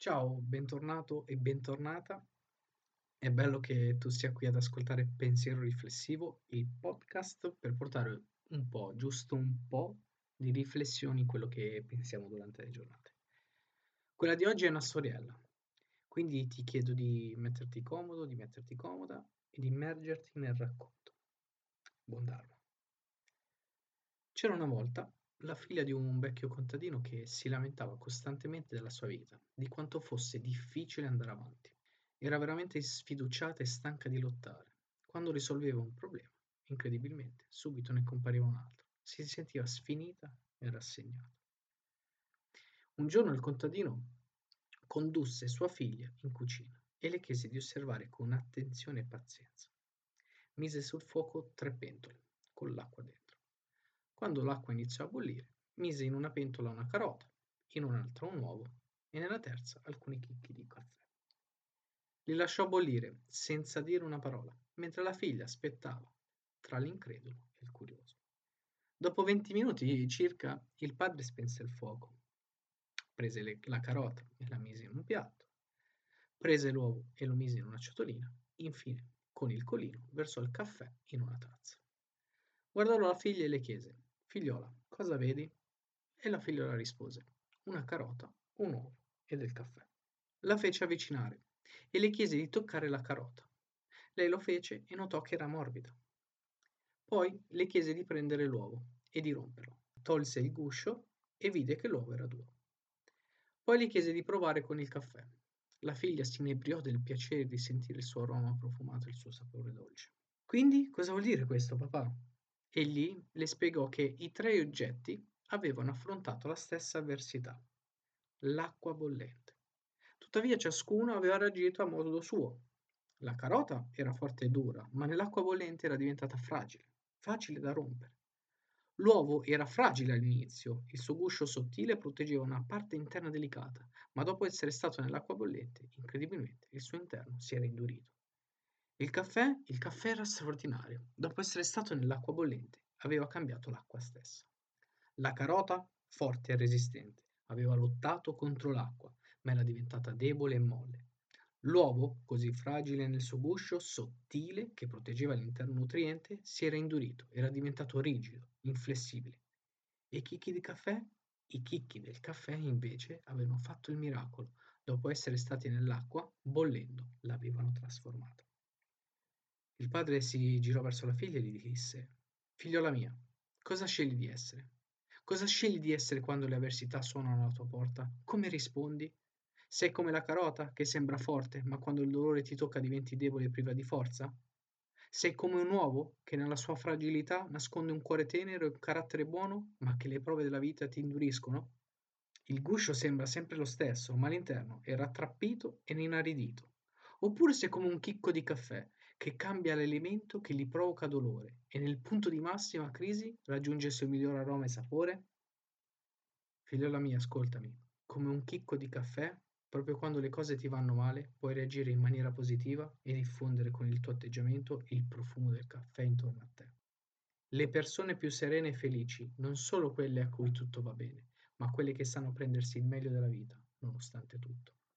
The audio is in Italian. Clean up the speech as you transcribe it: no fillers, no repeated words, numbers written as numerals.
Ciao, bentornato e bentornata. È bello che tu sia qui ad ascoltare Pensiero Riflessivo, il podcast per portare un po', giusto un po' di riflessioni in quello che pensiamo durante le giornate. Quella di oggi è una storiella, quindi ti chiedo di metterti comodo, di metterti comoda e di immergerti nel racconto. Buon Dharma. C'era una volta la figlia di un vecchio contadino che si lamentava costantemente della sua vita, di quanto fosse difficile andare avanti. Era veramente sfiduciata e stanca di lottare. Quando risolveva un problema, incredibilmente, subito ne compariva un altro. Si sentiva sfinita e rassegnata. Un giorno il contadino condusse sua figlia in cucina e le chiese di osservare con attenzione e pazienza. Mise sul fuoco 3 pentole con l'acqua dentro. Quando l'acqua iniziò a bollire, mise in una pentola una carota, in un'altra un uovo e nella terza alcuni chicchi di caffè. Li lasciò bollire senza dire una parola, mentre la figlia aspettava tra l'incredulo e il curioso. Dopo 20 minuti circa, il padre spense il fuoco, prese la carota e la mise in un piatto, prese l'uovo e lo mise in una ciotolina, infine, con il colino, versò il caffè in una tazza. Guardò la figlia e le chiese: Figliola, cosa vedi? E la figliola rispose: Una carota, un uovo e del caffè. La fece avvicinare e le chiese di toccare la carota. Lei lo fece e notò che era morbida. Poi le chiese di prendere l'uovo e di romperlo. Tolse il guscio e vide che l'uovo era duro. Poi le chiese di provare con il caffè. La figlia si inebriò del piacere di sentire il suo aroma profumato e il suo sapore dolce. Quindi cosa vuol dire questo, papà? Egli le spiegò che i 3 oggetti avevano affrontato la stessa avversità, l'acqua bollente. Tuttavia ciascuno aveva reagito a modo suo. La carota era forte e dura, ma nell'acqua bollente era diventata fragile, facile da rompere. L'uovo era fragile all'inizio, il suo guscio sottile proteggeva una parte interna delicata, ma dopo essere stato nell'acqua bollente, incredibilmente, il suo interno si era indurito. Il caffè era straordinario. Dopo essere stato nell'acqua bollente, aveva cambiato l'acqua stessa. La carota, forte e resistente, aveva lottato contro l'acqua, ma era diventata debole e molle. L'uovo, così fragile nel suo guscio, sottile, che proteggeva l'interno nutriente, si era indurito, era diventato rigido, inflessibile. E i chicchi di caffè? I chicchi del caffè, invece, avevano fatto il miracolo. Dopo essere stati nell'acqua, bollendo, l'avevano trasformata. Il padre si girò verso la figlia e gli disse: Figliola mia, cosa scegli di essere? Cosa scegli di essere quando le avversità suonano alla tua porta? Come rispondi? Sei come la carota che sembra forte, ma quando il dolore ti tocca diventi debole e priva di forza? Sei come un uovo che nella sua fragilità nasconde un cuore tenero e un carattere buono, ma che le prove della vita ti induriscono? Il guscio sembra sempre lo stesso, ma l'interno è rattrappito e inaridito. Oppure sei come un chicco di caffè che cambia l'elemento che gli provoca dolore e nel punto di massima crisi raggiunge il suo miglior aroma e sapore? Figliola mia, ascoltami. Come un chicco di caffè, proprio quando le cose ti vanno male, puoi reagire in maniera positiva e diffondere con il tuo atteggiamento il profumo del caffè intorno a te. Le persone più serene e felici, non solo quelle a cui tutto va bene, ma quelle che sanno prendersi il meglio della vita, nonostante tutto.